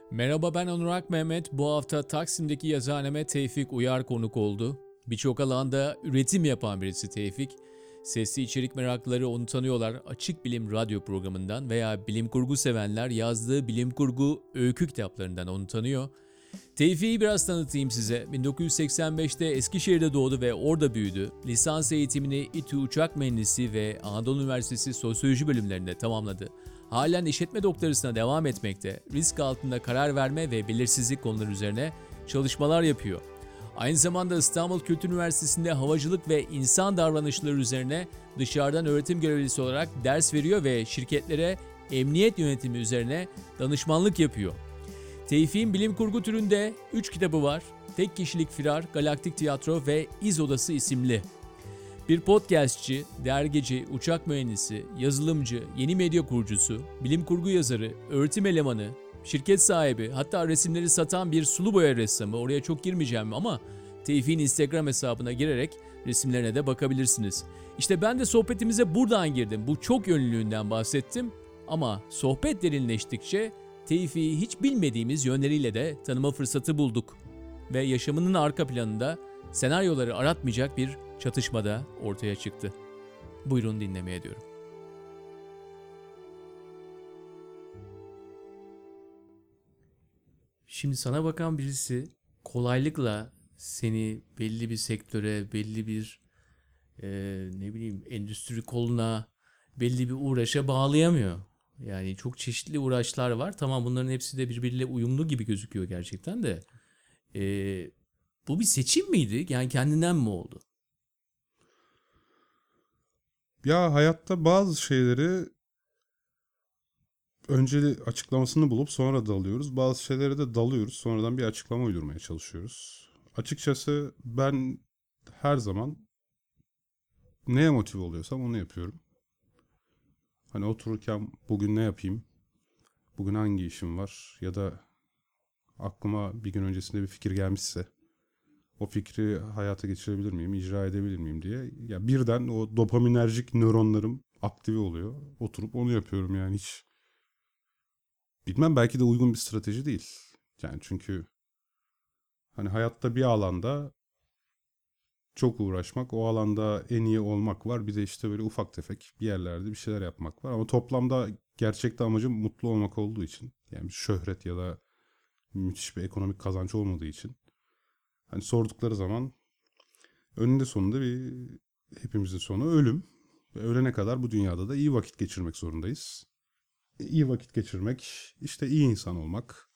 Merhaba, ben Onurak Mehmet. Bu hafta Taksim'deki yazıhaneme Tevfik Uyar konuk oldu. Birçok alanda üretim yapan birisi Tevfik. Sesli içerik meraklıları onu tanıyorlar Açık Bilim radyo programından veya bilim kurgu sevenler yazdığı bilim kurgu öykü kitaplarından onu tanıyor. Tevfik'i biraz tanıtayım size. 1985'te Eskişehir'de doğdu ve orada büyüdü. Lisans eğitimini İTÜ Uçak Mühendisi ve Anadolu Üniversitesi Sosyoloji bölümlerinde tamamladı. Halen işletme doktorasına devam etmekte, risk altında karar verme ve belirsizlik konuları üzerine çalışmalar yapıyor. Aynı zamanda İstanbul Kültür Üniversitesi'nde havacılık ve insan davranışları üzerine dışarıdan öğretim görevlisi olarak ders veriyor ve şirketlere emniyet yönetimi üzerine danışmanlık yapıyor. Tevfik'in bilim kurgu türünde 3 kitabı var. Tek Kişilik Firar, Galaktik Tiyatro ve İz Odası isimli. Bir podcastçi, dergici, uçak mühendisi, yazılımcı, yeni medya kurucusu, bilim kurgu yazarı, öğretim elemanı, şirket sahibi, hatta resimleri satan bir sulu boya ressamı. Oraya çok girmeyeceğim ama Tevfik'in Instagram hesabına girerek resimlerine de bakabilirsiniz. İşte ben de sohbetimize buradan girdim. Bu çok yönlülüğünden bahsettim ama sohbet derinleştikçe Tevfik'i hiç bilmediğimiz yönleriyle de tanıma fırsatı bulduk. Ve yaşamının arka planında senaryoları aratmayacak bir çatışmada ortaya çıktı. Buyurun dinlemeye diyorum. Şimdi sana bakan birisi kolaylıkla seni belli bir sektöre, belli bir ne bileyim endüstri koluna, belli bir uğraşa bağlayamıyor. Yani çok çeşitli uğraşlar var. Tamam, bunların hepsi de birbiriyle uyumlu gibi gözüküyor gerçekten de. E, Bu bir seçim miydi? Yani kendinden mi oldu? Ya hayatta bazı şeyleri önce açıklamasını bulup sonra dalıyoruz. Bazı şeylere de dalıyoruz. Sonradan bir açıklama uydurmaya çalışıyoruz. Açıkçası ben her zaman neye motive oluyorsam onu yapıyorum. Hani otururken bugün ne yapayım? Bugün hangi işim var? Ya da aklıma bir gün öncesinde bir fikir gelmişse o fikri hayata geçirebilir miyim, icra edebilir miyim diye. Ya birden o dopaminerjik nöronlarım aktive oluyor. Oturup onu yapıyorum yani hiç. Bilmem belki de uygun bir strateji değil. Yani çünkü hani hayatta bir alanda çok uğraşmak, o alanda en iyi olmak var. Bir de işte böyle ufak tefek bir yerlerde bir şeyler yapmak var. Ama toplamda gerçekte amacım mutlu olmak olduğu için. Yani şöhret ya da müthiş bir ekonomik kazanç olmadığı için. Hani sordukları zaman önünde sonunda bir hepimizin sonu ölüm. Ve ölene kadar bu dünyada da iyi vakit geçirmek zorundayız. İyi vakit geçirmek, işte iyi insan olmak,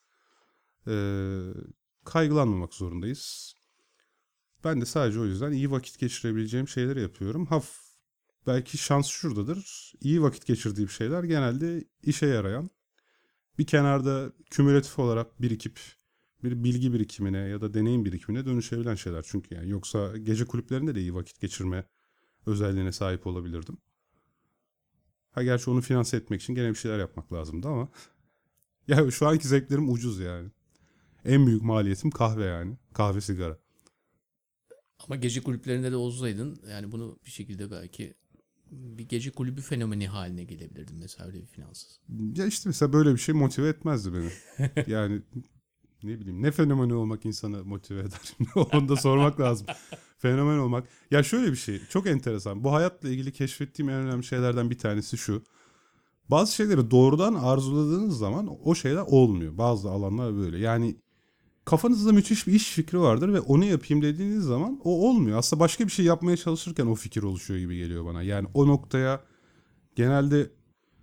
Ee, kaygılanmamak zorundayız. Ben de sadece o yüzden iyi vakit geçirebileceğim şeyleri yapıyorum. Belki şans şuradadır. İyi vakit geçirdiğim şeyler genelde işe yarayan, bir kenarda kümülatif olarak birikip bir bilgi birikimine ya da deneyim birikimine dönüşebilen şeyler. Çünkü yani yoksa gece kulüplerinde de iyi vakit geçirme özelliğine sahip olabilirdim. Ha gerçi onu finanse etmek için gene bir şeyler yapmak lazımdı ama ya şu anki zevklerim ucuz yani. En büyük maliyetim kahve yani. Kahve sigara. Ama gece kulüplerinde de olsaydın yani bunu bir şekilde belki bir gece kulübü fenomeni haline gelebilirdin mesela öyle bir finanssız. Ya işte mesela böyle bir şey motive etmezdi beni. Yani ne bileyim ne fenomeni olmak insanı motive eder. Onu da sormak lazım. Fenomen olmak. Ya şöyle bir şey çok enteresan. Bu hayatla ilgili keşfettiğim en önemli şeylerden bir tanesi şu. Bazı şeyleri doğrudan arzuladığınız zaman o şeyler olmuyor. Bazı alanlar böyle. Yani kafanızda müthiş bir iş fikri vardır ve onu yapayım dediğiniz zaman o olmuyor. Aslında başka bir şey yapmaya çalışırken o fikir oluşuyor gibi geliyor bana. Yani o noktaya genelde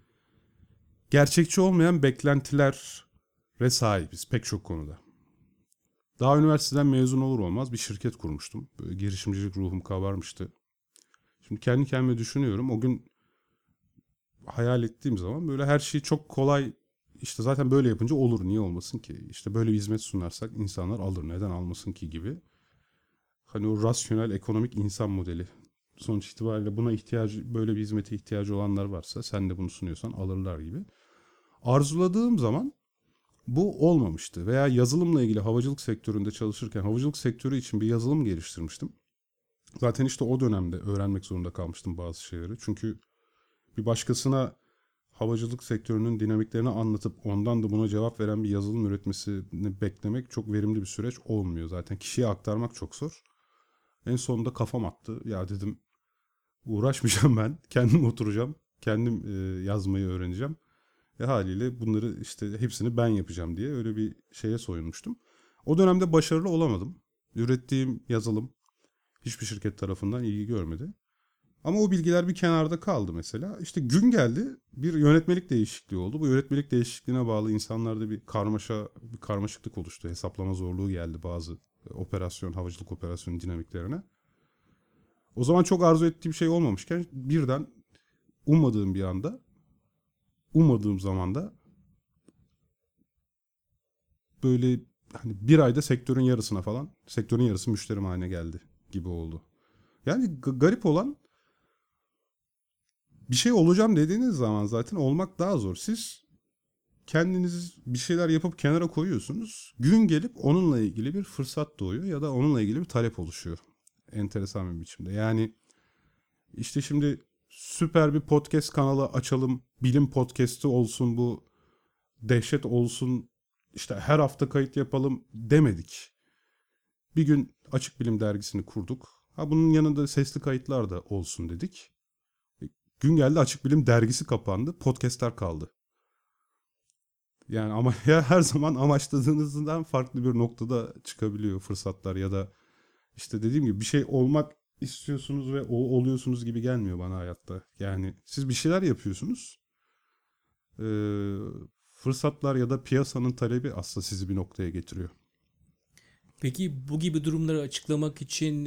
gerçekçi olmayan beklentilere sahibiz pek çok konuda. Daha üniversiteden mezun olur olmaz bir şirket kurmuştum. Böyle girişimcilik ruhum kabarmıştı. Şimdi kendi kendime düşünüyorum. O gün hayal ettiğim zaman böyle her şey çok kolay. İşte zaten böyle yapınca olur. Niye olmasın ki? İşte böyle bir hizmet sunarsak insanlar alır. Neden almasın ki gibi. Hani o rasyonel ekonomik insan modeli. Sonuç itibariyle buna ihtiyacı, böyle bir hizmete ihtiyacı olanlar varsa sen de bunu sunuyorsan alırlar gibi. Arzuladığım zaman bu olmamıştı. Veya yazılımla ilgili havacılık sektöründe çalışırken havacılık sektörü için bir yazılım geliştirmiştim. Zaten işte o dönemde öğrenmek zorunda kalmıştım bazı şeyleri. Çünkü bir başkasına havacılık sektörünün dinamiklerini anlatıp ondan da buna cevap veren bir yazılım üretmesini beklemek çok verimli bir süreç olmuyor. Zaten kişiye aktarmak çok zor. En sonunda kafam attı. Ya dedim uğraşmayacağım ben. Kendim oturacağım. Kendim yazmayı öğreneceğim. Haliyle bunları işte hepsini ben yapacağım diye öyle bir şeye soyunmuştum. O dönemde başarılı olamadım. Ürettiğim yazılım hiçbir şirket tarafından ilgi görmedi. Ama o bilgiler bir kenarda kaldı mesela. İşte gün geldi, bir yönetmelik değişikliği oldu. Bu yönetmelik değişikliğine bağlı insanlarda bir karmaşıklık oluştu. Hesaplama zorluğu geldi bazı havacılık operasyonu dinamiklerine. O zaman çok arzu ettiğim şey olmamışken birden ummadığım bir anda, ummadığım zamanda böyle hani bir ayda sektörün yarısı müşterim haline geldi gibi oldu. Yani garip olan bir şey olacağım dediğiniz zaman zaten olmak daha zor. Siz kendiniz bir şeyler yapıp kenara koyuyorsunuz. Gün gelip onunla ilgili bir fırsat doğuyor ya da onunla ilgili bir talep oluşuyor. Enteresan bir biçimde. Yani işte şimdi süper bir podcast kanalı açalım. Bilim podcast'i olsun bu. Dehşet olsun. İşte her hafta kayıt yapalım demedik. Bir gün Açık Bilim dergisini kurduk. Ha bunun yanında sesli kayıtlar da olsun dedik. Gün geldi Açık Bilim dergisi kapandı. Podcast'ler kaldı. Yani ama ya her zaman amaçladığınızdan farklı bir noktada çıkabiliyor fırsatlar ya da işte dediğim gibi bir şey olmak istiyorsunuz ve o oluyorsunuz gibi gelmiyor bana hayatta. Yani siz bir şeyler yapıyorsunuz. Ee, Fırsatlar ya da piyasanın talebi aslında sizi bir noktaya getiriyor. Peki bu gibi durumları açıklamak için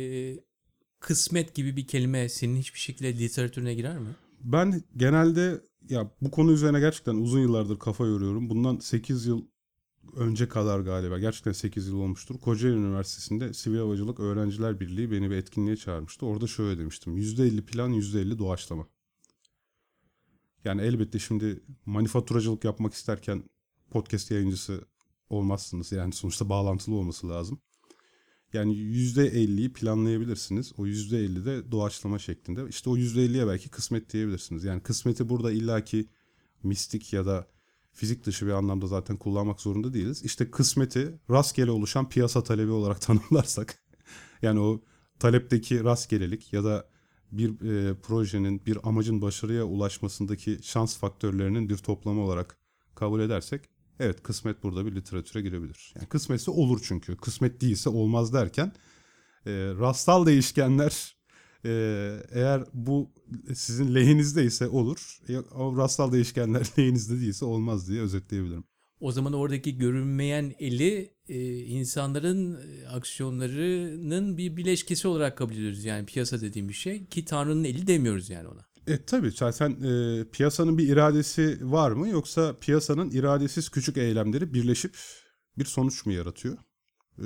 kısmet gibi bir kelime senin hiçbir şekilde literatürüne girer mi? Ben genelde ya bu konu üzerine gerçekten uzun yıllardır kafa yoruyorum. Bundan 8 yıl önce kadar galiba. Gerçekten 8 yıl olmuştur. Kocaeli Üniversitesi'nde Sivil Havacılık Öğrenciler Birliği beni bir etkinliğe çağırmıştı. Orada şöyle demiştim. %50 plan, %50 doğaçlama. Yani elbette şimdi manifaturacılık yapmak isterken podcast yayıncısı olmazsınız. Yani sonuçta bağlantılı olması lazım. Yani %50'yi planlayabilirsiniz. O %50 de doğaçlama şeklinde. İşte o %50'ye belki kısmet diyebilirsiniz. Yani kısmeti burada illaki mistik ya da fizik dışı bir anlamda zaten kullanmak zorunda değiliz. İşte kısmeti rastgele oluşan piyasa talebi olarak tanımlarsak yani o talepteki rastgelelik ya da bir projenin, bir amacın başarıya ulaşmasındaki şans faktörlerinin bir toplamı olarak kabul edersek evet kısmet burada bir literatüre girebilir. Yani kısmetse olur çünkü. Kısmet değilse olmaz derken rastsal değişkenler eğer bu sizin lehinizdeyse olur. Ama rastsal değişkenler lehinizde değilse olmaz diye özetleyebilirim. O zaman oradaki görünmeyen eli insanların aksiyonlarının bir bileşkesi olarak kabul ediyoruz. Yani piyasa dediğim bir şey ki Tanrı'nın eli demiyoruz yani ona. Tabii zaten piyasanın bir iradesi var mı yoksa piyasanın iradesiz küçük eylemleri birleşip bir sonuç mu yaratıyor? E,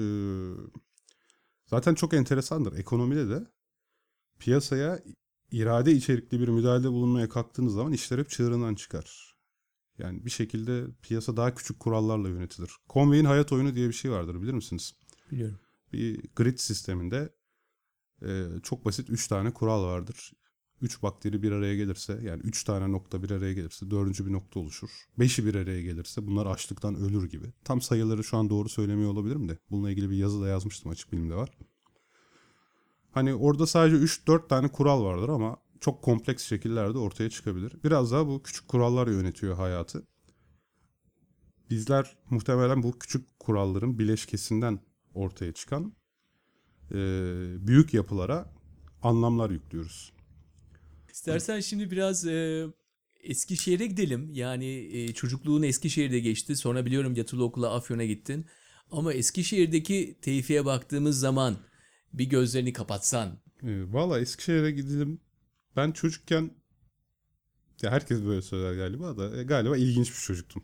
Zaten çok enteresandır. Ekonomide de piyasaya irade içerikli bir müdahalede bulunmaya kalktığınız zaman işler hep çığırından çıkar. Yani bir şekilde piyasa daha küçük kurallarla yönetilir. Conway'in hayat oyunu diye bir şey vardır bilir misiniz? Biliyorum. Bir grid sisteminde çok basit 3 tane kural vardır. 3 bakteri bir araya gelirse yani 3 tane nokta bir araya gelirse dördüncü bir nokta oluşur. 5'i bir araya gelirse bunlar açlıktan ölür gibi. Tam sayıları şu an doğru söylemiyor olabilirim de. Bununla ilgili bir yazı da yazmıştım Açık Bilim'de var. Hani orada sadece 3-4 tane kural vardır ama çok kompleks şekillerde ortaya çıkabilir. Biraz daha bu küçük kurallar yönetiyor hayatı. Bizler muhtemelen bu küçük kuralların bileşkesinden ortaya çıkan büyük yapılara anlamlar yüklüyoruz. İstersen şimdi biraz Eskişehir'e gidelim. Yani çocukluğun Eskişehir'de geçti. Sonra biliyorum yatılı okula Afyon'a gittin. Ama Eskişehir'deki Tevfik'e baktığımız zaman bir gözlerini kapatsan. Valla Eskişehir'e gidelim. Ben çocukken ya herkes böyle söyler galiba da galiba ilginç bir çocuktum.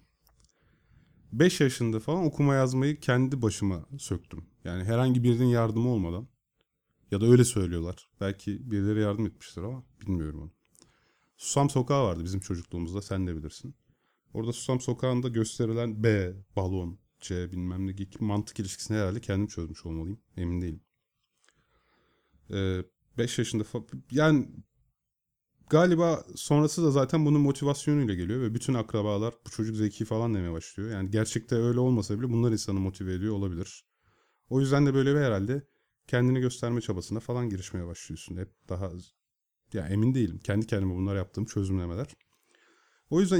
5 yaşında falan okuma yazmayı kendi başıma söktüm. Yani herhangi birinin yardımı olmadan. Ya da öyle söylüyorlar. Belki birileri yardım etmiştir ama bilmiyorum onu. Susam Sokağı vardı bizim çocukluğumuzda sen de bilirsin. Orada Susam Sokağı'nda gösterilen B, balon, C bilmem ne mantık ilişkisini herhalde kendim çözmüş olmalıyım. Emin değilim. 5 yaşında falan yani Galiba sonrası da zaten bunun motivasyonuyla geliyor ve bütün akrabalar bu çocuk zeki falan demeye başlıyor. Yani gerçekte öyle olmasa bile bunlar insanı motive ediyor olabilir. O yüzden de böyle bir herhalde kendini gösterme çabasına falan girişmeye başlıyorsun. Hep daha ya emin değilim. Kendi kendime bunlar yaptığım çözümlemeler. O yüzden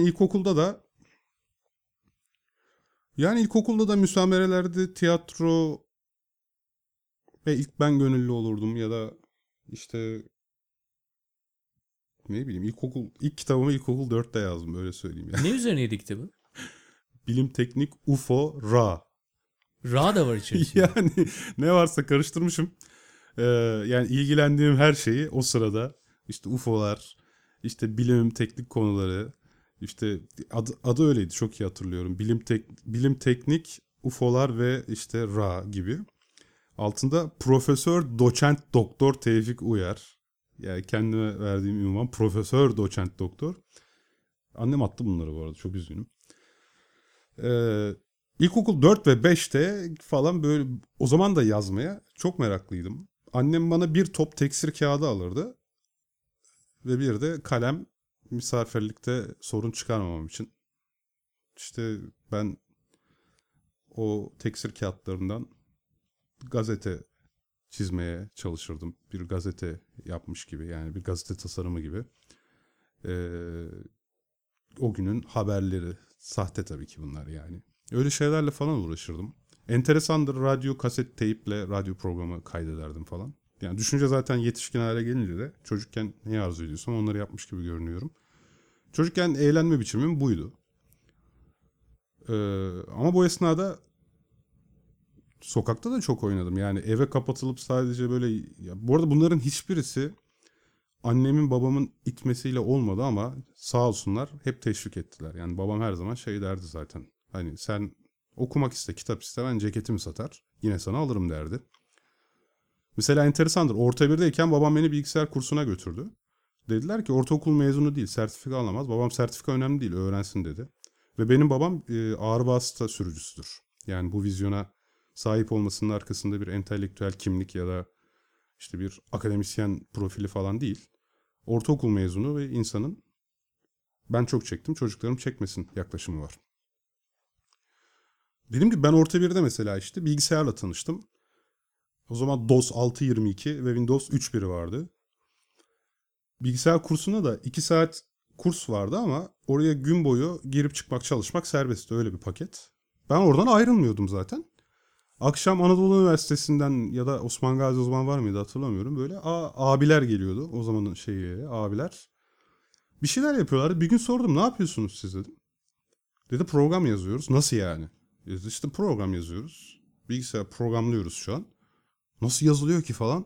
ilkokulda da müsamerelerde tiyatro ve ilk ben gönüllü olurdum ya da işte ne bileyim ilk kitabımı ilkokul 4'te yazdım öyle söyleyeyim ya. Ne üzerineydi kitabı? Bilim, teknik, UFO, Ra. Ra da var içerisinde. Yani ne varsa karıştırmışım. Ee, Yani ilgilendiğim her şeyi o sırada işte UFO'lar, işte bilim, teknik konuları, işte adı öyleydi çok iyi hatırlıyorum. Bilim, teknik, UFO'lar ve işte Ra gibi. Altında Profesör Doçent Doktor Tevfik Uyar. Yani kendime verdiğim ünvan Profesör Doçent Doktor. Annem attı bunları bu arada çok üzgünüm. Ee, İlkokul 4 ve 5'te falan böyle o zaman da yazmaya çok meraklıydım. Annem bana bir top teksir kağıdı alırdı ve bir de kalem misafirlikte sorun çıkarmamam için. İşte ben o teksir kağıtlarından gazete çizmeye çalışırdım. Bir gazete yapmış gibi yani bir gazete tasarımı gibi. Ee, O günün haberleri. Sahte tabii ki bunlar yani. Öyle şeylerle falan uğraşırdım. Enteresandır radyo kaset teyple radyo programı kaydederdim falan. Yani düşünce zaten yetişkin hale gelince de çocukken ne arzu ediyorsam onları yapmış gibi görünüyorum. Çocukken eğlenme biçimim buydu. Ama bu esnada sokakta da çok oynadım. Yani eve kapatılıp sadece böyle... Ya, bu arada bunların hiçbirisi annemin babamın itmesiyle olmadı ama sağ olsunlar hep teşvik ettiler. Yani babam her zaman şey derdi zaten. Hani sen okumak iste, kitap iste ben ceketimi satar. Yine sana alırım derdi. Mesela enteresandır. Orta birdeyken babam beni bilgisayar kursuna götürdü. Dediler ki ortaokul mezunu değil, sertifika alamaz. Babam sertifika önemli değil, öğrensin dedi. Ve benim babam ağır vasıta sürücüsüdür. Yani bu vizyona sahip olmasının arkasında bir entelektüel kimlik ya da işte bir akademisyen profili falan değil. Ortaokul mezunu ve insanın ben çok çektim çocuklarım çekmesin yaklaşımı var. Dedim ki ben orta birde mesela işte bilgisayarla tanıştım. O zaman DOS 6.22 ve Windows 3.1 vardı. Bilgisayar kursuna da 2 saat kurs vardı ama oraya gün boyu girip çıkmak çalışmak serbestti öyle bir paket. Ben oradan ayrılmıyordum zaten. Akşam Anadolu Üniversitesi'nden ya da Osman Gazi o zaman var mıydı hatırlamıyorum. Böyle abiler geliyordu o zamanın şeyi abiler. Bir şeyler yapıyorlardı. Bir gün sordum ne yapıyorsunuz siz dedim. Dedi program yazıyoruz. Nasıl yani? Dedi işte program yazıyoruz. Bilgisayar programlıyoruz şu an. Nasıl yazılıyor ki falan.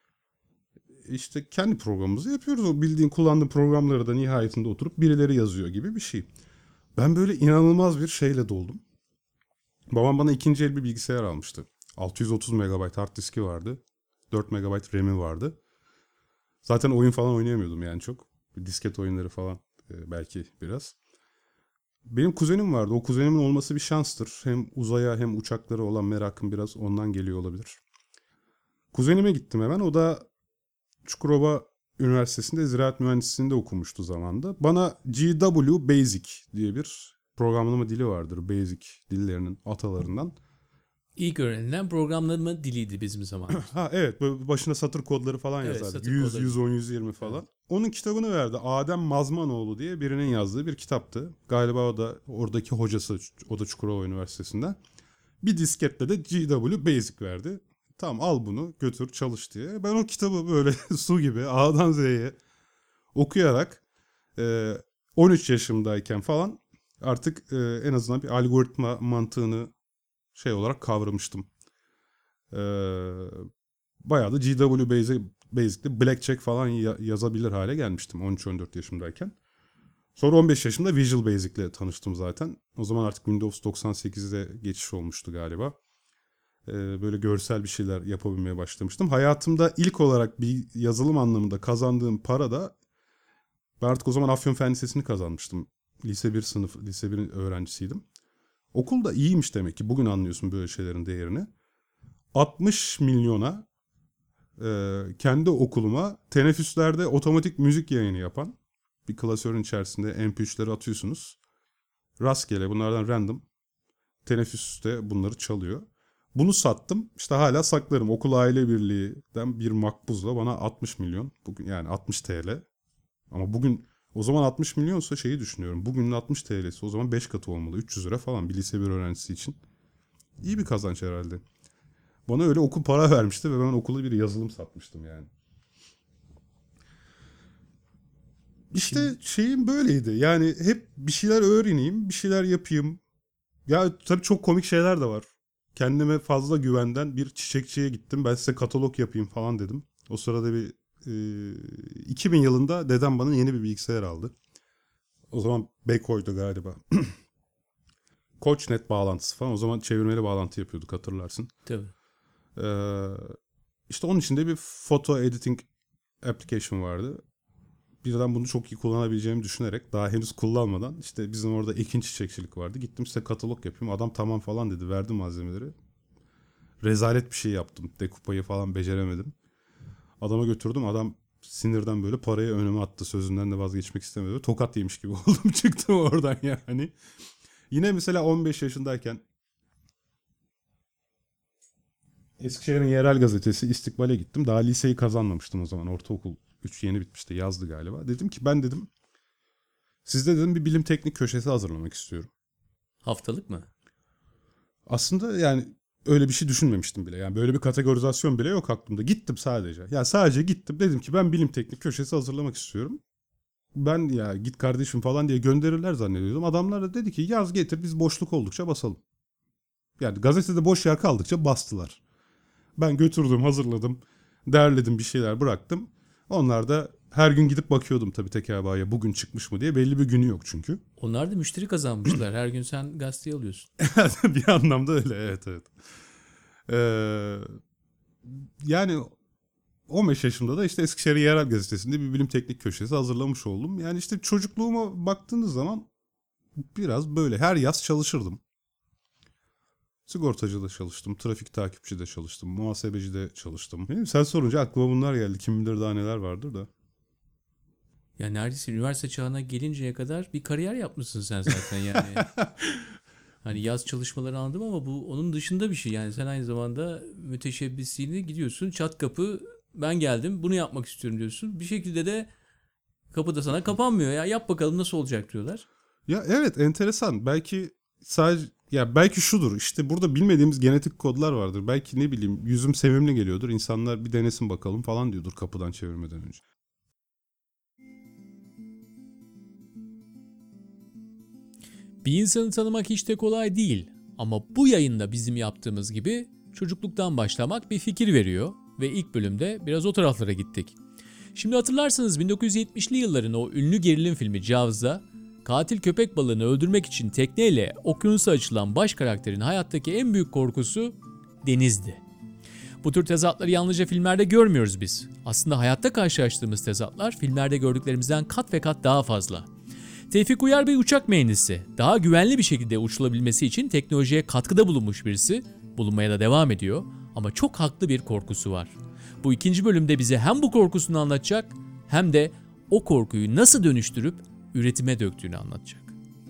İşte kendi programımızı yapıyoruz. O bildiğin kullandığın programları da nihayetinde oturup birileri yazıyor gibi bir şey. Ben böyle inanılmaz bir şeyle doldum. Babam bana ikinci el bir bilgisayar almıştı. 630 MB hard diski vardı. 4 MB RAM'i vardı. Zaten oyun falan oynayamıyordum yani çok. Disket oyunları falan belki biraz. Benim kuzenim vardı. O kuzenimin olması bir şanstır. Hem uzaya hem uçaklara olan merakım biraz ondan geliyor olabilir. Kuzenime gittim hemen. O da Çukurova Üniversitesi'nde ziraat mühendisliğinde okumuştu zamanında. Bana GW Basic diye bir programlama dili vardır. Basic dillerinin atalarından. İlk öğrenilen programlama diliydi bizim zamanımızda. Ha evet böyle başına satır kodları falan Evet, yazardı. satır 100, kodları. 110, 120 Evet. falan. Onun kitabını verdi. Adem Mazmanoğlu diye birinin yazdığı bir kitaptı. Galiba o da oradaki hocası, o da Çukurova Üniversitesi'nden. Bir disketle de GW Basic verdi. Tamam al bunu götür çalış diye. Ben o kitabı böyle su gibi A'dan Z'ye okuyarak e, 13 yaşımdayken falan artık en azından bir algoritma mantığını şey olarak kavramıştım. E, Bayağı da GW Basic'te Blackjack falan yazabilir hale gelmiştim 13-14 yaşımdayken. Sonra 15 yaşımda Visual Basic'le tanıştım zaten. O zaman artık Windows 98'e geçiş olmuştu galiba. Böyle görsel bir şeyler yapabilmeye başlamıştım. Hayatımda ilk olarak bir yazılım anlamında kazandığım para da ben artık o zaman Afyon Fen Lisesi'ni kazanmıştım. Lise 1'in öğrencisiydim. Okul da iyiymiş demek ki. Bugün anlıyorsun böyle şeylerin değerini. 60 milyona kendi okuluma teneffüslerde otomatik müzik yayını yapan bir klasörün içerisinde MP3'leri atıyorsunuz. Rastgele bunlardan random teneffüste bunları çalıyor. Bunu sattım. İşte hala saklarım. Okul aile birliğinden bir makbuzla bana 60 milyon. Bugün yani 60 TL. Ama bugün o zaman 60 milyonsa şeyi düşünüyorum. Bugünün 60 TL'si o zaman 5 katı olmalı. 300 lira falan bir lise bir öğrencisi için. İyi bir kazanç herhalde. Bana öyle okul para vermişti ve ben okula bir yazılım satmıştım yani. İşte şeyim böyleydi. Yani hep bir şeyler öğreneyim, bir şeyler yapayım. Ya tabii çok komik şeyler de var. Kendime fazla güvenden bir çiçekçiye gittim. Ben size katalog yapayım falan dedim. O sırada bir 2000 yılında dedem bana yeni bir bilgisayar aldı. O zaman Beko'ydu galiba. Koçnet bağlantısı falan. O zaman çevirmeli bağlantı yapıyorduk hatırlarsın. Tabii. Ee, işte onun içinde bir photo editing application vardı. Birden bunu çok iyi kullanabileceğimi düşünerek daha henüz kullanmadan işte bizim orada ekin çiçekçilik vardı. Gittim size katalog yapayım. Adam tamam falan dedi. Verdi malzemeleri. Rezalet bir şey yaptım. Dekupayı falan beceremedim. Adama götürdüm. Adam sinirden böyle parayı önüme attı. Sözünden de vazgeçmek istemedi. Tokat yemiş gibi oldum. Çıktım oradan yani. Yine mesela 15 yaşındayken Eskişehir'in yerel gazetesi İstikbal'e gittim. Daha liseyi kazanmamıştım o zaman. Ortaokul 3 yeni bitmişti. Yazdı galiba. Dedim ki ben dedim sizde dedim bir bilim teknik köşesi hazırlamak istiyorum. Haftalık mı? Aslında yani öyle bir şey düşünmemiştim bile. Yani böyle bir kategorizasyon bile yok aklımda. Gittim sadece. Ya sadece gittim. Dedim ki ben bilim teknik köşesi hazırlamak istiyorum. Ben ya git kardeşim falan diye gönderirler zannediyordum. Adamlar da dedi ki yaz getir biz boşluk oldukça basalım. Yani gazetede boş yer kaldıkça bastılar. Ben götürdüm, hazırladım, derledim bir şeyler bıraktım. Onlar da her gün gidip bakıyordum tabii tekelbaşıya bugün çıkmış mı diye. Belli bir günü yok çünkü. Onlar da müşteri kazanmışlar. Her gün sen gazeteyi alıyorsun. Bir anlamda öyle evet evet. Ee, yani 15 yaşımda da işte Eskişehir Yerel Gazetesi'nde bir bilim teknik köşesi hazırlamış oldum. Yani işte çocukluğuma baktığınız zaman biraz böyle her yaz çalışırdım. Sigortacıda çalıştım, trafik takipçide çalıştım, muhasebecide çalıştım. Sen sorunca aklıma bunlar geldi. Kim bilir daha neler vardır da. Ya neredeyse üniversite çağına gelinceye kadar bir kariyer yapmışsın sen zaten yani. Hani yaz çalışmaları anladım ama bu onun dışında bir şey. Yani sen aynı zamanda müteşebbisliğini gidiyorsun çat kapı ben geldim bunu yapmak istiyorum diyorsun. Bir şekilde de kapı da sana kapanmıyor ya yap bakalım nasıl olacak diyorlar. Ya evet enteresan. Belki sadece ya belki şudur. İşte burada bilmediğimiz genetik kodlar vardır. Belki ne bileyim yüzüm sevimli geliyordur. İnsanlar bir denesin bakalım falan diyordur kapıdan çevirmeden önce. Bir insanı tanımak hiç de kolay değil. Ama bu yayında bizim yaptığımız gibi çocukluktan başlamak bir fikir veriyor ve ilk bölümde biraz o taraflara gittik. Şimdi hatırlarsınız 1970'li yılların o ünlü gerilim filmi Jaws'da katil köpek balığını öldürmek için tekneyle okyanusa açılan baş karakterin hayattaki en büyük korkusu denizdi. Bu tür tezatları yalnızca filmlerde görmüyoruz biz. Aslında hayatta karşılaştığımız tezatlar filmlerde gördüklerimizden kat ve kat daha fazla. Tevfik Uyar bir uçak mühendisi. Daha güvenli bir şekilde uçulabilmesi için teknolojiye katkıda bulunmuş birisi. Bulunmaya da devam ediyor ama çok haklı bir korkusu var. Bu ikinci bölümde bize hem bu korkusunu anlatacak hem de o korkuyu nasıl dönüştürüp üretime döktüğünü anlatacak.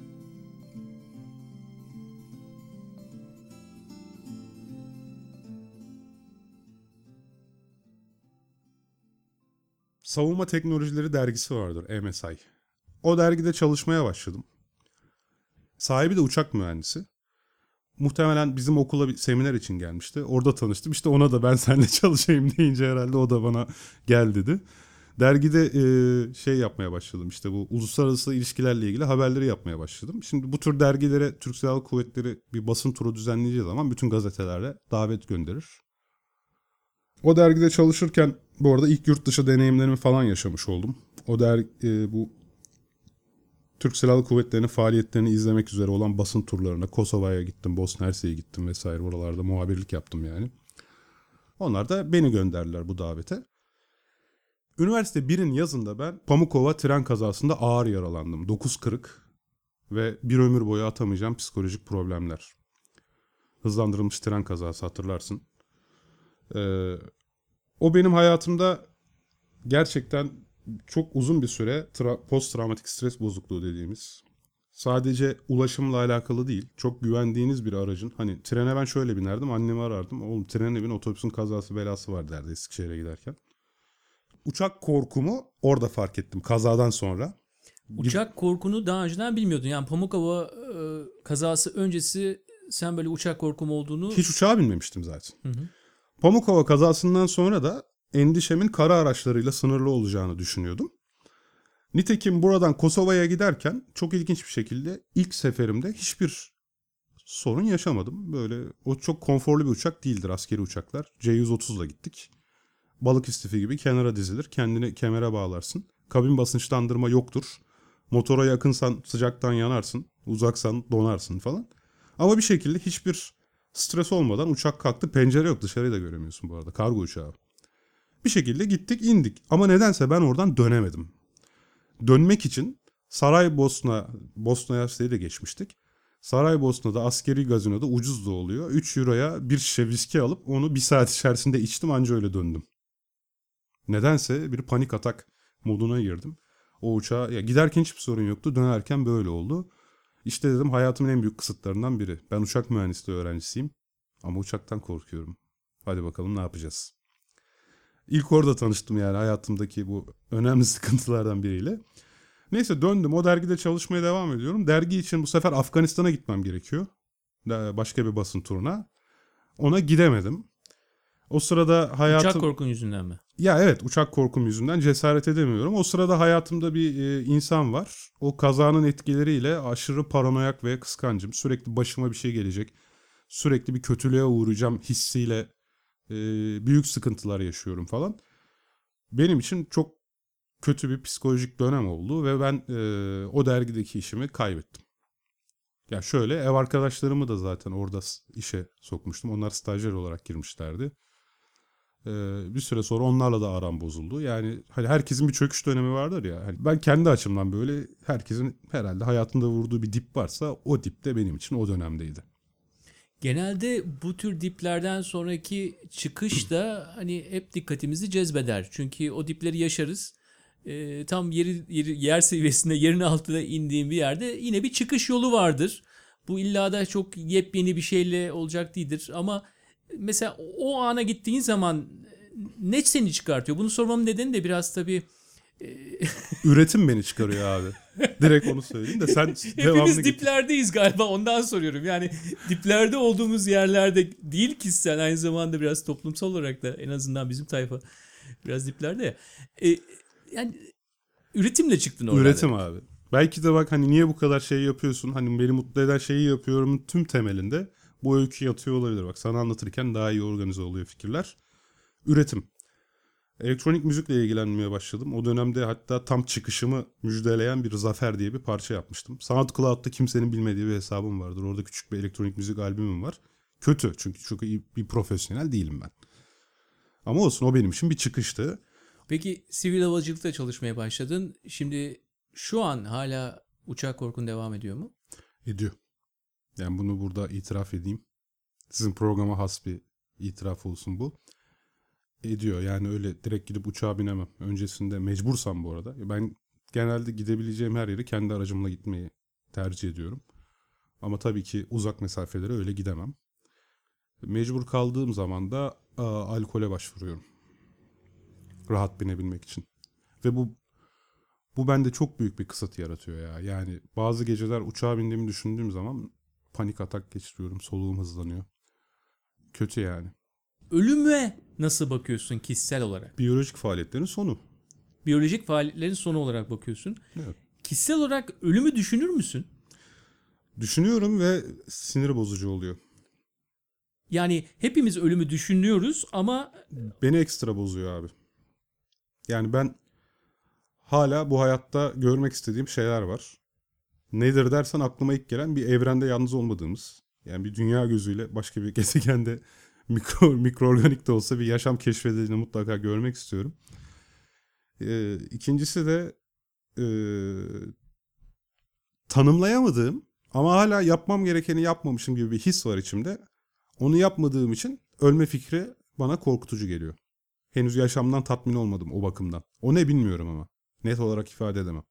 Savunma Teknolojileri dergisi vardır MSI. O dergide çalışmaya başladım. Sahibi de uçak mühendisi. Muhtemelen bizim okula bir seminer için gelmişti. Orada tanıştım. İşte ona da ben seninle çalışayım deyince herhalde o da bana gel dedi. Dergide şey yapmaya başladım. İşte bu uluslararası ilişkilerle ilgili haberleri yapmaya başladım. Şimdi bu tür dergilere Türk Silahlı Kuvvetleri bir basın turu düzenleyeceği zaman bütün gazetelere davet gönderir. O dergide çalışırken bu arada ilk yurt dışı deneyimlerimi falan yaşamış oldum. Bu Türk Silahlı Kuvvetleri'nin faaliyetlerini izlemek üzere olan basın turlarına Kosova'ya gittim, Bosna Hersek'e gittim vesaire oralarda muhabirlik yaptım yani. Onlar da beni gönderdiler bu davete. Üniversite 1'in yazında ben Pamukova tren kazasında ağır yaralandım. 9 kırık ve bir ömür boyu atamayacağım psikolojik problemler. Hızlandırılmış tren kazası hatırlarsın. Ee, O benim hayatımda gerçekten çok uzun bir süre post travmatik stres bozukluğu dediğimiz, sadece ulaşımla alakalı değil, çok güvendiğiniz bir aracın, hani trene ben şöyle binerdim, annemi arardım, oğlum trene bin, otobüsün kazası belası var derdi Eskişehir'e giderken. Uçak korkumu orada fark ettim kazadan sonra. Uçak korkunu daha önceden bilmiyordun. Yani Pamukova kazası öncesi sen böyle uçak korkum olduğunu... Hiç uçağa binmemiştim zaten. Hı hı. Pamukova kazasından sonra da endişemin kara araçlarıyla sınırlı olacağını düşünüyordum. Nitekim buradan Kosova'ya giderken çok ilginç bir şekilde ilk seferimde hiçbir sorun yaşamadım. Böyle o çok konforlu bir uçak değildir, askeri uçaklar. C-130'la gittik. Balık istifi gibi kenara dizilir. Kendini kemere bağlarsın. Kabin basınçlandırma yoktur. Motora yakınsan sıcaktan yanarsın. Uzaksan donarsın falan. Ama bir şekilde hiçbir stres olmadan uçak kalktı. Pencere yok, dışarıyı da göremiyorsun bu arada. Kargo uçağı. Bir şekilde gittik, indik. Ama nedense ben oradan dönemedim. Dönmek için Saraybosna, Bosna Hersek'e de geçmiştik. Saraybosna'da askeri gazinoda ucuz da oluyor. 3 euroya bir şişe viski alıp onu bir saat içerisinde içtim, anca öyle döndüm. Nedense bir panik atak moduna girdim. O uçağa ya giderken hiçbir sorun yoktu. Dönerken böyle oldu. İşte dedim hayatımın en büyük kısıtlarından biri. Ben uçak mühendisliği öğrencisiyim ama uçaktan korkuyorum. Hadi bakalım ne yapacağız? İlk orada tanıştım yani hayatımdaki bu önemli sıkıntılardan biriyle. Neyse döndüm. O dergide çalışmaya devam ediyorum. Dergi için bu sefer Afganistan'a gitmem gerekiyor. Başka bir basın turuna. Ona gidemedim. O sırada hayatım... Uçak korkun yüzünden mi? Ya evet, uçak korkum yüzünden cesaret edemiyorum. O sırada hayatımda bir insan var. O kazanın etkileriyle aşırı paranoyak ve kıskancım. Sürekli başıma bir şey gelecek. Sürekli bir kötülüğe uğrayacağım hissiyle büyük sıkıntılar yaşıyorum falan. Benim için çok kötü bir psikolojik dönem oldu ve ben o dergideki işimi kaybettim. Ya şöyle, ev arkadaşlarımı da zaten orada işe sokmuştum. Onlar stajyer olarak girmişlerdi. Bir süre sonra onlarla da aram bozuldu. Yani hani herkesin bir çöküş dönemi vardır ya. Hani ben kendi açımdan böyle herkesin herhalde hayatında vurduğu bir dip varsa o dip de benim için o dönemdeydi. Genelde bu tür diplerden sonraki çıkış da hani hep dikkatimizi cezbeder. Çünkü o dipleri yaşarız. Tam yer seviyesinde, yerin altına indiğim bir yerde yine bir çıkış yolu vardır. Bu illa da çok yepyeni bir şeyle olacak değildir. Ama mesela o ana gittiğin zaman ne seni çıkartıyor? Bunu sormamın nedeni de biraz tabii Üretim beni çıkarıyor abi. Direkt onu söyleyeyim de sen devamını hepimiz getir. diplerdeyiz galiba, ondan soruyorum. Yani diplerde olduğumuz yerlerde değil ki sen, aynı zamanda biraz toplumsal olarak da en azından bizim tayfa biraz diplerde ya. Yani üretimle çıktın oradan Üretim demek. abi. Belki de bak hani niye bu kadar şey yapıyorsun? Hani beni mutlu eden şeyi yapıyorum tüm temelinde bu öykü yatıyor olabilir. Bak sana anlatırken daha iyi organize oluyor fikirler. Üretim. Elektronik müzikle ilgilenmeye başladım. O dönemde hatta tam çıkışımı müjdeleyen bir Zafer diye bir parça yapmıştım. SoundCloud'da kimsenin bilmediği bir hesabım vardır. Orada küçük bir elektronik müzik albümüm var. Kötü çünkü çok iyi bir profesyonel değilim ben. Ama olsun, o benim için bir çıkıştı. Peki sivil havacılıkta çalışmaya başladın. Şimdi şu an hala uçak korkun devam ediyor mu? Ediyor. Yani bunu burada itiraf edeyim. Sizin programa has bir itiraf olsun bu. Ediyor. Yani öyle direkt gidip uçağa binemem. Öncesinde mecbursam bu arada. Ben genelde gidebileceğim her yere kendi aracımla gitmeyi tercih ediyorum. Ama tabii ki uzak mesafelere öyle gidemem. Mecbur kaldığım zaman da alkole başvuruyorum. Rahat binebilmek için. Ve bu bende çok büyük bir kısıt yaratıyor ya. Yani bazı geceler uçağa bindiğimi düşündüğüm zaman panik atak geçiriyorum. Soluğum hızlanıyor. Kötü yani. Ölüme nasıl bakıyorsun kişisel olarak? Biyolojik faaliyetlerin sonu. Biyolojik faaliyetlerin sonu olarak bakıyorsun. Evet. Kişisel olarak ölümü düşünür müsün? Düşünüyorum ve sinir bozucu oluyor. Yani hepimiz ölümü düşünüyoruz ama Beni ekstra bozuyor abi. Yani ben hala bu hayatta görmek istediğim şeyler var. Nedir dersen aklıma ilk gelen bir evrende yalnız olmadığımız. Yani bir dünya gözüyle başka bir gezegende mikroorganik de olsa bir yaşam keşfedildiğini mutlaka görmek istiyorum. İkincisi de e, tanımlayamadığım ama hala yapmam gerekeni yapmamışım gibi bir his var içimde. Onu yapmadığım için ölme fikri bana korkutucu geliyor. Henüz yaşamdan tatmin olmadım o bakımdan. O ne bilmiyorum ama. Net olarak ifade edemem.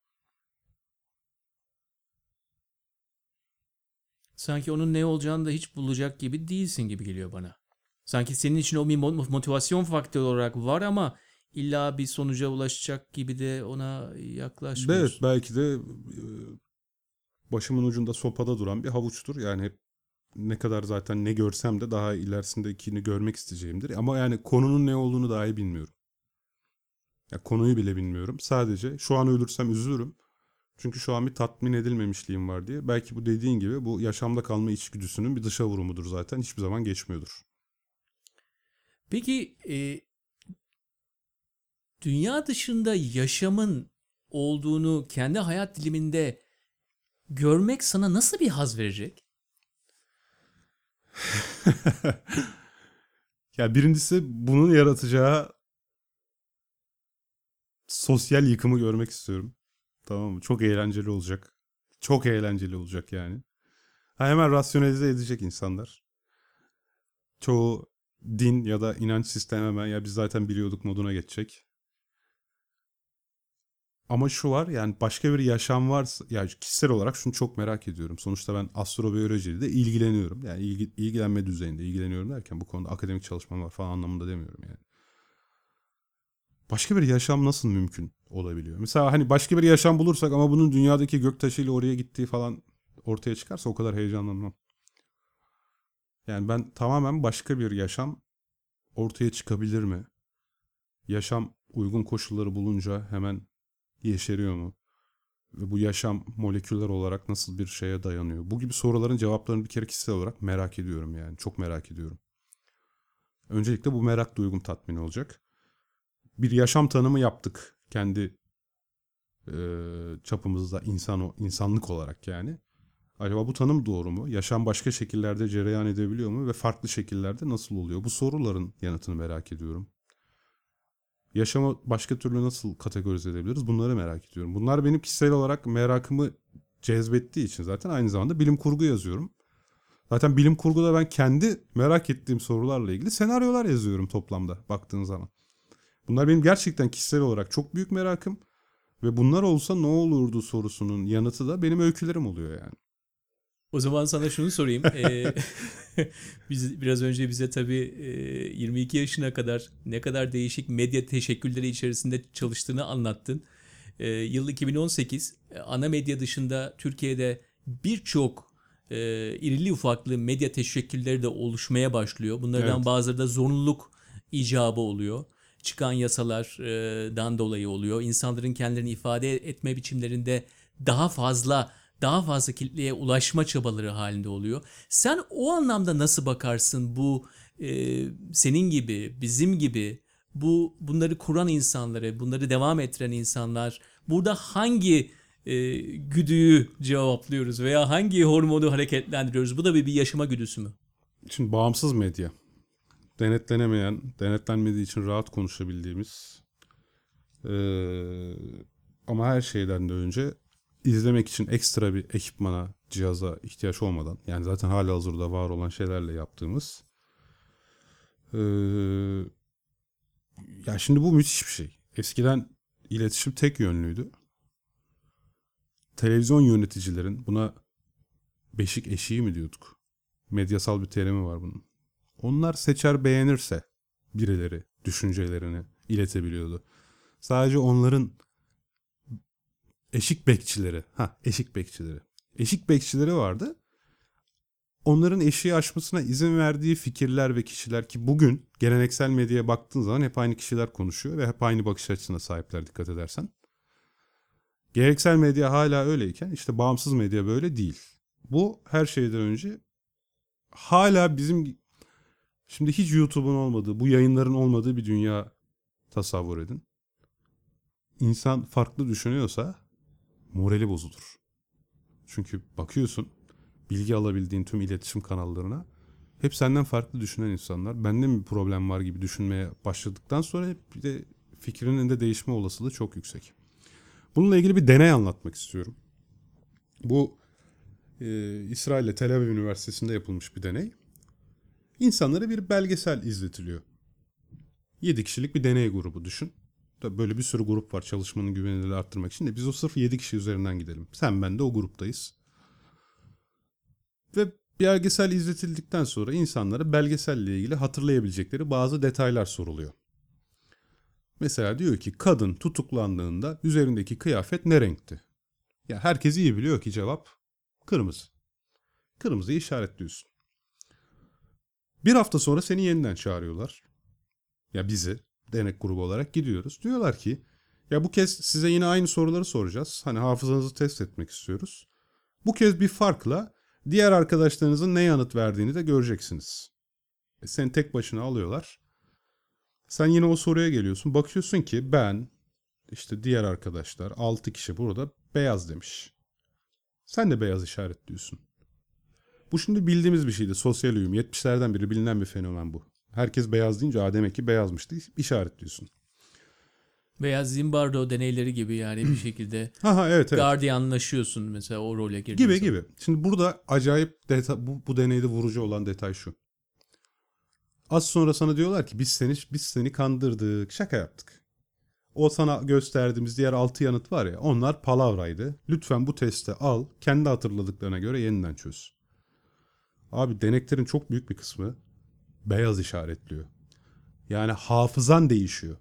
Sanki onun ne olacağını da hiç bulacak gibi değilsin gibi geliyor bana. Sanki senin için o bir motivasyon faktörü olarak var ama illa bir sonuca ulaşacak gibi de ona Evet, yaklaşmıyorsun. belki de başımın ucunda sopada duran bir havuçtur. Yani hep ne kadar zaten ne görsem de daha ilerisindekini görmek isteyeceğimdir. Ama yani konunun ne olduğunu dahi bilmiyorum. Ya konuyu bile bilmiyorum. Sadece şu an ölürsem üzülürüm. Çünkü şu an bir tatmin edilmemişliğim var diye. Belki bu dediğin gibi bu yaşamda kalma içgüdüsünün bir dışa vurumudur zaten. Hiçbir zaman geçmiyordur. Peki dünya dışında yaşamın olduğunu kendi hayat diliminde görmek sana nasıl bir haz verecek? Ya birincisi bunun yaratacağı sosyal yıkımı görmek istiyorum. Tamam mı? Çok eğlenceli olacak. Çok eğlenceli olacak yani. Ha, hemen rasyonelize edecek insanlar. Çoğu din ya da inanç sistemi hemen ya biz zaten biliyorduk moduna geçecek. Ama şu var yani başka bir yaşam varsa ya kişisel olarak şunu çok merak ediyorum. Sonuçta ben astrobiyolojiyle de ilgileniyorum. Yani ilgilenme düzeyinde ilgileniyorum derken bu konuda akademik çalışmam var falan anlamında demiyorum yani. Başka bir yaşam nasıl mümkün olabiliyor? Mesela hani başka bir yaşam bulursak ama bunun dünyadaki göktaşıyla oraya gittiği falan ortaya çıkarsa o kadar heyecanlanmam. Yani ben tamamen başka bir yaşam ortaya çıkabilir mi? Yaşam uygun koşulları bulunca hemen yeşeriyor mu? Ve bu yaşam moleküller olarak nasıl bir şeye dayanıyor? Bu gibi soruların cevaplarını bir kere kişisel olarak merak ediyorum yani. Çok merak ediyorum. Öncelikle bu merak duygum tatmin olacak. Bir yaşam tanımı yaptık kendi çapımızda insanlık olarak yani. Acaba bu tanım doğru mu? Yaşam başka şekillerde cereyan edebiliyor mu ve farklı şekillerde nasıl oluyor? Bu soruların yanıtını merak ediyorum. Yaşamı başka türlü nasıl kategorize edebiliriz? Bunları merak ediyorum. Bunlar benim kişisel olarak merakımı cezbettiği için zaten aynı zamanda bilim kurgu yazıyorum. Zaten bilim kurguda ben kendi merak ettiğim sorularla ilgili senaryolar yazıyorum toplamda baktığın zaman. Bunlar benim gerçekten kişisel olarak çok büyük merakım ve bunlar olsa ne olurdu sorusunun yanıtı da benim öykülerim oluyor yani. O zaman sana şunu sorayım. Biraz önce bize tabii 22 yaşına kadar ne kadar değişik medya teşekkülleri içerisinde çalıştığını anlattın. Yıl 2018, ana medya dışında Türkiye'de birçok irili ufaklı medya teşekkülleri de oluşmaya başlıyor. Bunlardan Evet. bazıları da zorunluluk icabı oluyor. Çıkan yasalardan dolayı oluyor. İnsanların kendilerini ifade etme biçimlerinde daha fazla daha fazla kitleye ulaşma çabaları halinde oluyor. Sen o anlamda nasıl bakarsın bu senin gibi, bizim gibi bunları kuran insanları, bunları devam ettiren insanlar burada hangi güdüyü cevaplıyoruz veya hangi hormonu hareketlendiriyoruz? Bu da bir yaşama güdüsü mü? Şimdi bağımsız medya. Denetlenemeyen, denetlenmediği için rahat konuşabildiğimiz ama her şeyden de önce izlemek için ekstra bir ekipmana, cihaza ihtiyaç olmadan yani zaten halihazırda var olan şeylerle yaptığımız eee, ya şimdi bu müthiş bir şey. Eskiden iletişim tek yönlüydü. Televizyon yöneticilerin buna beşik eşiği mi diyorduk? Medyasal bir terimi var bunun. Onlar seçer beğenirse birileri düşüncelerini iletebiliyordu. Sadece onların eşik bekçileri. Eşik bekçileri vardı. Onların eşiği aşmasına izin verdiği fikirler ve kişiler ki bugün geleneksel medyaya baktığın zaman hep aynı kişiler konuşuyor ve hep aynı bakış açısına sahipler dikkat edersen. Geleneksel medya hala öyleyken işte bağımsız medya böyle değil. Bu her şeyden önce hala bizim şimdi hiç YouTube'un olmadığı, bu yayınların olmadığı bir dünya tasavvur edin. İnsan farklı düşünüyorsa morali bozulur. Çünkü bakıyorsun bilgi alabildiğin tüm iletişim kanallarına hep senden farklı düşünen insanlar. Bende mi bir problem var gibi düşünmeye başladıktan sonra hep bir de fikrinin de değişme olasılığı çok yüksek. Bununla ilgili bir deney anlatmak istiyorum. Bu İsrail'de Tel Aviv Üniversitesi'nde yapılmış bir deney. İnsanlara bir belgesel izletiliyor. 7 kişilik bir deney grubu düşün. Tabii böyle bir sürü grup var çalışmanın güvenilirliğini arttırmak için de biz o sırf 7 kişi üzerinden gidelim. Sen ben de o gruptayız. Ve belgesel izletildikten sonra insanlara belgeselle ilgili hatırlayabilecekleri bazı detaylar soruluyor. Mesela diyor ki kadın tutuklandığında üzerindeki kıyafet ne renkti? Ya herkes iyi biliyor ki cevap kırmızı. Kırmızıyı işaretliyorsun. Bir hafta sonra seni yeniden çağırıyorlar. Ya bizi denek grubu olarak gidiyoruz. Diyorlar ki ya bu kez size yine aynı soruları soracağız. Hani hafızanızı test etmek istiyoruz. Bu kez bir farkla diğer arkadaşlarınızın ne yanıt verdiğini de göreceksiniz. Seni tek başına alıyorlar. Sen yine o soruya geliyorsun. Bakıyorsun ki ben, işte diğer arkadaşlar 6 kişi burada beyaz demiş. Sen de beyaz işaretliyorsun. Bu şimdi bildiğimiz bir şeydi. Sosyal uyum. 70'lerden beri bilinen bir fenomen bu. Herkes beyaz deyince demek ki beyazmıştı. İşaretliyorsun. Veya Zimbardo deneyleri gibi yani bir şekilde Ha evet evet. gardiyanlaşıyorsun mesela o role girdiğin Gibi zaman. gibi. Şimdi burada acayip bu deneyde vurucu olan detay şu. Az sonra sana diyorlar ki biz seni kandırdık. Şaka yaptık. O sana gösterdiğimiz diğer 6 yanıt var ya, onlar palavraydı. Lütfen bu testi al. Kendi hatırladıklarına göre yeniden çöz. Abi deneklerin çok büyük bir kısmı beyaz işaretliyor. Yani hafızan değişiyor.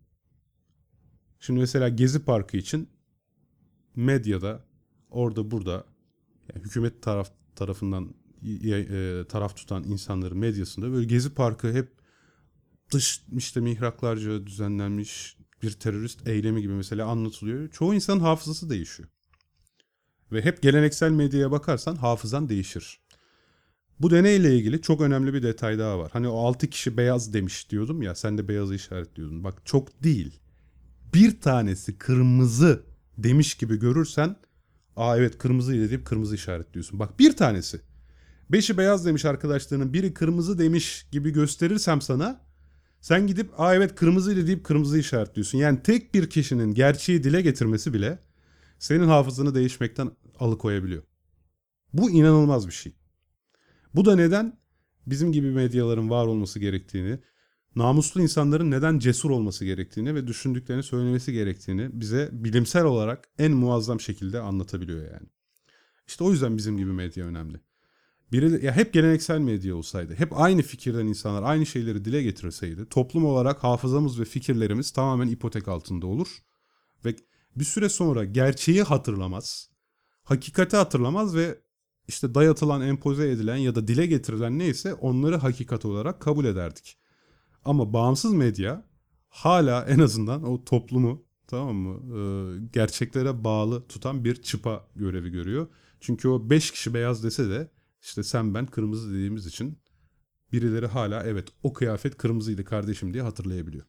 Şimdi mesela Gezi Parkı için medyada orada burada yani hükümet tarafından taraf tutan insanların medyasında böyle Gezi Parkı hep dış işte mihraklarca düzenlenmiş bir terörist eylemi gibi mesela anlatılıyor. Çoğu insanın hafızası değişiyor. Ve hep geleneksel medyaya bakarsan hafızan değişir. Bu deneyle ilgili çok önemli bir detay daha var. Hani o 6 kişi beyaz demiş diyordum ya, sen de beyazı işaretliyordun. Bak çok değil. Bir tanesi kırmızı demiş gibi görürsen evet kırmızıydı deyip kırmızı işaretliyorsun. Bak bir tanesi. 5'i beyaz demiş arkadaşlarının, biri kırmızı demiş gibi gösterirsem sana, sen gidip evet kırmızıydı deyip kırmızı işaretliyorsun. Yani tek bir kişinin gerçeği dile getirmesi bile senin hafızanı değişmekten alıkoyabiliyor. Bu inanılmaz bir şey. Bu da neden bizim gibi medyaların var olması gerektiğini, namuslu insanların neden cesur olması gerektiğini ve düşündüklerini söylemesi gerektiğini bize bilimsel olarak en muazzam şekilde anlatabiliyor yani. İşte o yüzden bizim gibi medya önemli. Ya hep geleneksel medya olsaydı, hep aynı fikirden insanlar aynı şeyleri dile getirseydi, toplum olarak hafızamız ve fikirlerimiz tamamen ipotek altında olur ve bir süre sonra gerçeği hatırlamaz, hakikati hatırlamaz ve işte dayatılan, empoze edilen ya da dile getirilen neyse onları hakikat olarak kabul ederdik. Ama bağımsız medya hala en azından o toplumu, tamam mı, gerçeklere bağlı tutan bir çıpa görevi görüyor. Çünkü o 5 kişi beyaz dese de işte sen ben kırmızı dediğimiz için birileri hala evet o kıyafet kırmızıydı kardeşim diye hatırlayabiliyor.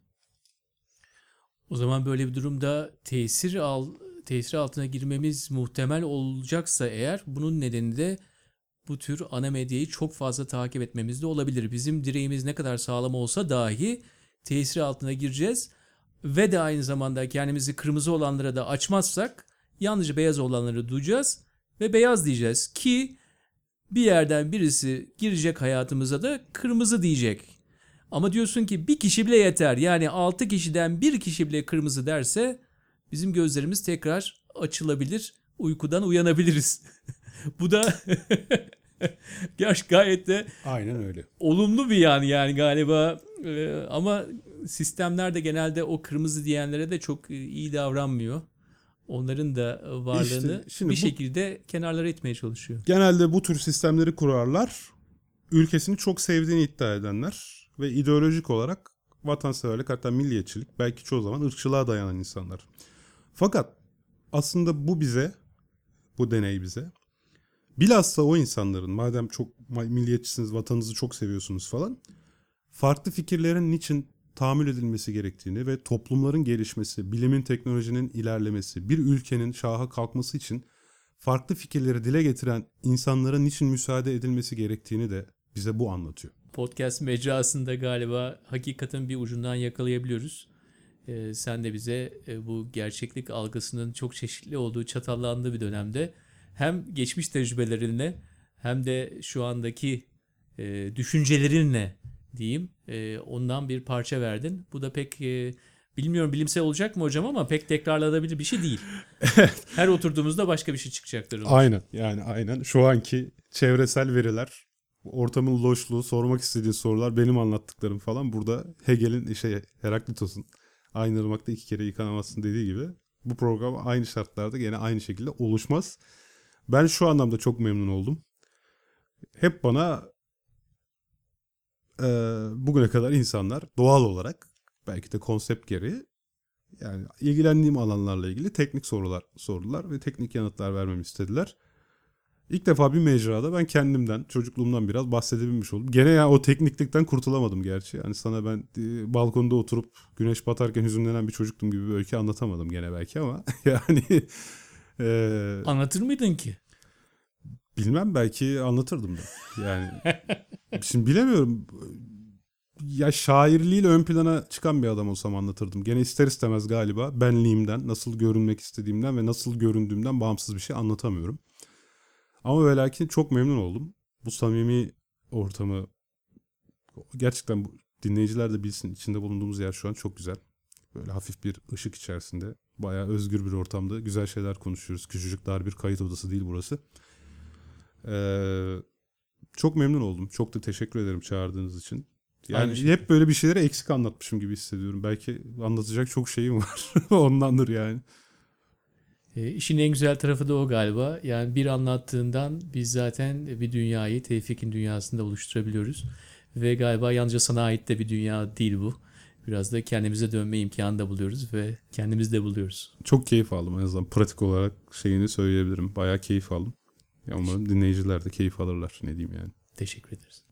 O zaman böyle bir durumda tesir altına girmemiz muhtemel olacaksa eğer bunun nedeni de bu tür ana medyayı çok fazla takip etmemiz de olabilir. Bizim direğimiz ne kadar sağlam olsa dahi tesir altına gireceğiz ve de aynı zamanda kendimizi kırmızı olanlara da açmazsak yalnızca beyaz olanları duyacağız ve beyaz diyeceğiz ki bir yerden birisi girecek hayatımıza da kırmızı diyecek. Ama diyorsun ki bir kişi bile yeter. Yani 6 kişiden bir kişi bile kırmızı derse bizim gözlerimiz tekrar açılabilir. Uykudan uyanabiliriz. Bu da gayet de Aynen öyle. olumlu bir yani galiba. Ama sistemler de genelde o kırmızı diyenlere de çok iyi davranmıyor. Onların da varlığını İşte şimdi bir bu şekilde kenarlara itmeye çalışıyor. genelde bu tür sistemleri kurarlar. Ülkesini çok sevdiğini iddia edenler ve ideolojik olarak vatanseverlik, hatta milliyetçilik, belki çoğu zaman ırkçılığa dayanan insanlar. Fakat aslında bu deney bize bilhassa o insanların, madem çok milliyetçisiniz, vatanınızı çok seviyorsunuz falan, farklı fikirlerin niçin tahammül edilmesi gerektiğini ve toplumların gelişmesi, bilimin, teknolojinin ilerlemesi, bir ülkenin şaha kalkması için farklı fikirleri dile getiren insanlara niçin müsaade edilmesi gerektiğini de bize bu anlatıyor. Podcast mecrasında galiba hakikatin bir ucundan yakalayabiliyoruz. Sen de bize bu gerçeklik algısının çok çeşitli olduğu, çatallandığı bir dönemde hem geçmiş tecrübelerinle hem de şu andaki düşüncelerinle diyeyim. Ondan bir parça verdin. Bu da pek bilmiyorum bilimsel olacak mı hocam ama pek tekrarlanabilir bir şey değil. Her oturduğumuzda başka bir şey çıkacaktır. Aynen, yani aynen. Şu anki çevresel veriler, ortamın loşluğu, sormak istediği sorular, benim anlattıklarım falan burada Hegel'in Heraklitos'un aynı ırmakta iki kere yıkanamazsın dediği gibi bu program aynı şartlarda gene aynı şekilde oluşmaz. Ben şu anlamda çok memnun oldum. Hep bana bugüne kadar insanlar doğal olarak belki de konsept gereği yani ilgilendiğim alanlarla ilgili teknik sorular sordular ve teknik yanıtlar vermemi istediler. İlk defa bir mecrada ben kendimden, çocukluğumdan biraz bahsedebilmiş oldum. Gene ya o tekniklikten kurtulamadım gerçi. Yani sana ben balkonda oturup güneş batarken hüzünlenen bir çocuktum gibi bir öykü anlatamadım gene belki ama yani Anlatır mıydın ki? bilmem, belki anlatırdım da. Yani şimdi bilemiyorum. Ya şairliğiyle ön plana çıkan bir adam olsam anlatırdım. Gene ister istemez galiba benliğimden, nasıl görünmek istediğimden ve nasıl göründüğümden bağımsız bir şey anlatamıyorum. Ama ve lakin çok memnun oldum. Bu samimi ortamı gerçekten dinleyiciler de bilsin, içinde bulunduğumuz yer şu an çok güzel. Böyle hafif bir ışık içerisinde. Bayağı özgür bir ortamda. Güzel şeyler konuşuyoruz. Küçücük dar bir kayıt odası değil burası. Çok memnun oldum. Çok da teşekkür ederim çağırdığınız için. Yani hep böyle bir şeyleri eksik anlatmışım gibi hissediyorum. Belki anlatacak çok şeyim var. Ondandır yani. İşin en güzel tarafı da o galiba. Yani bir anlattığından biz zaten bir dünyayı Tevfik'in dünyasında oluşturabiliyoruz. Ve galiba yalnızca sana ait de bir dünya değil bu. Biraz da kendimize dönme imkanı da buluyoruz ve kendimizi de buluyoruz. Çok keyif aldım, en azından pratik olarak şeyini söyleyebilirim. Bayağı keyif aldım. Ya umarım dinleyiciler de keyif alırlar. Ne diyeyim yani. Teşekkür ederiz.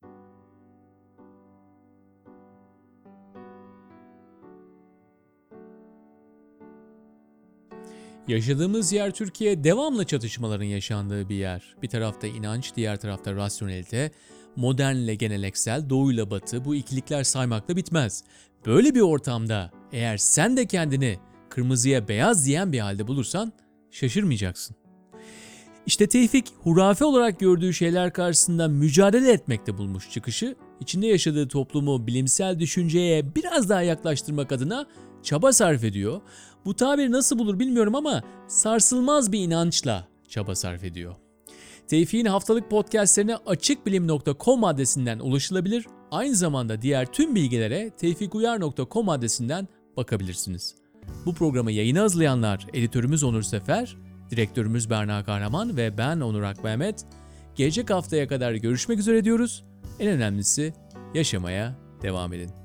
Yaşadığımız yer Türkiye devamlı çatışmaların yaşandığı bir yer. Bir tarafta inanç, diğer tarafta rasyonelite, modernle geleneksel, doğuyla batı bu ikilikler saymakla bitmez. Böyle bir ortamda eğer sen de kendini kırmızıya beyaz diyen bir halde bulursan şaşırmayacaksın. İşte Tevfik hurafe olarak gördüğü şeyler karşısında mücadele etmekte bulmuş çıkışı, içinde yaşadığı toplumu bilimsel düşünceye biraz daha yaklaştırmak adına çaba sarf ediyor. Bu tabir nasıl bulur bilmiyorum ama sarsılmaz bir inançla çaba sarf ediyor. Tevfik'in haftalık podcastlerine açıkbilim.com adresinden ulaşılabilir. Aynı zamanda diğer tüm bilgilere tevfikuyar.com adresinden bakabilirsiniz. Bu programı yayına hazırlayanlar editörümüz Onur Sefer, direktörümüz Berna Kahraman ve ben Onur Akmehmet. Gelecek haftaya kadar görüşmek üzere diyoruz. En önemlisi yaşamaya devam edin.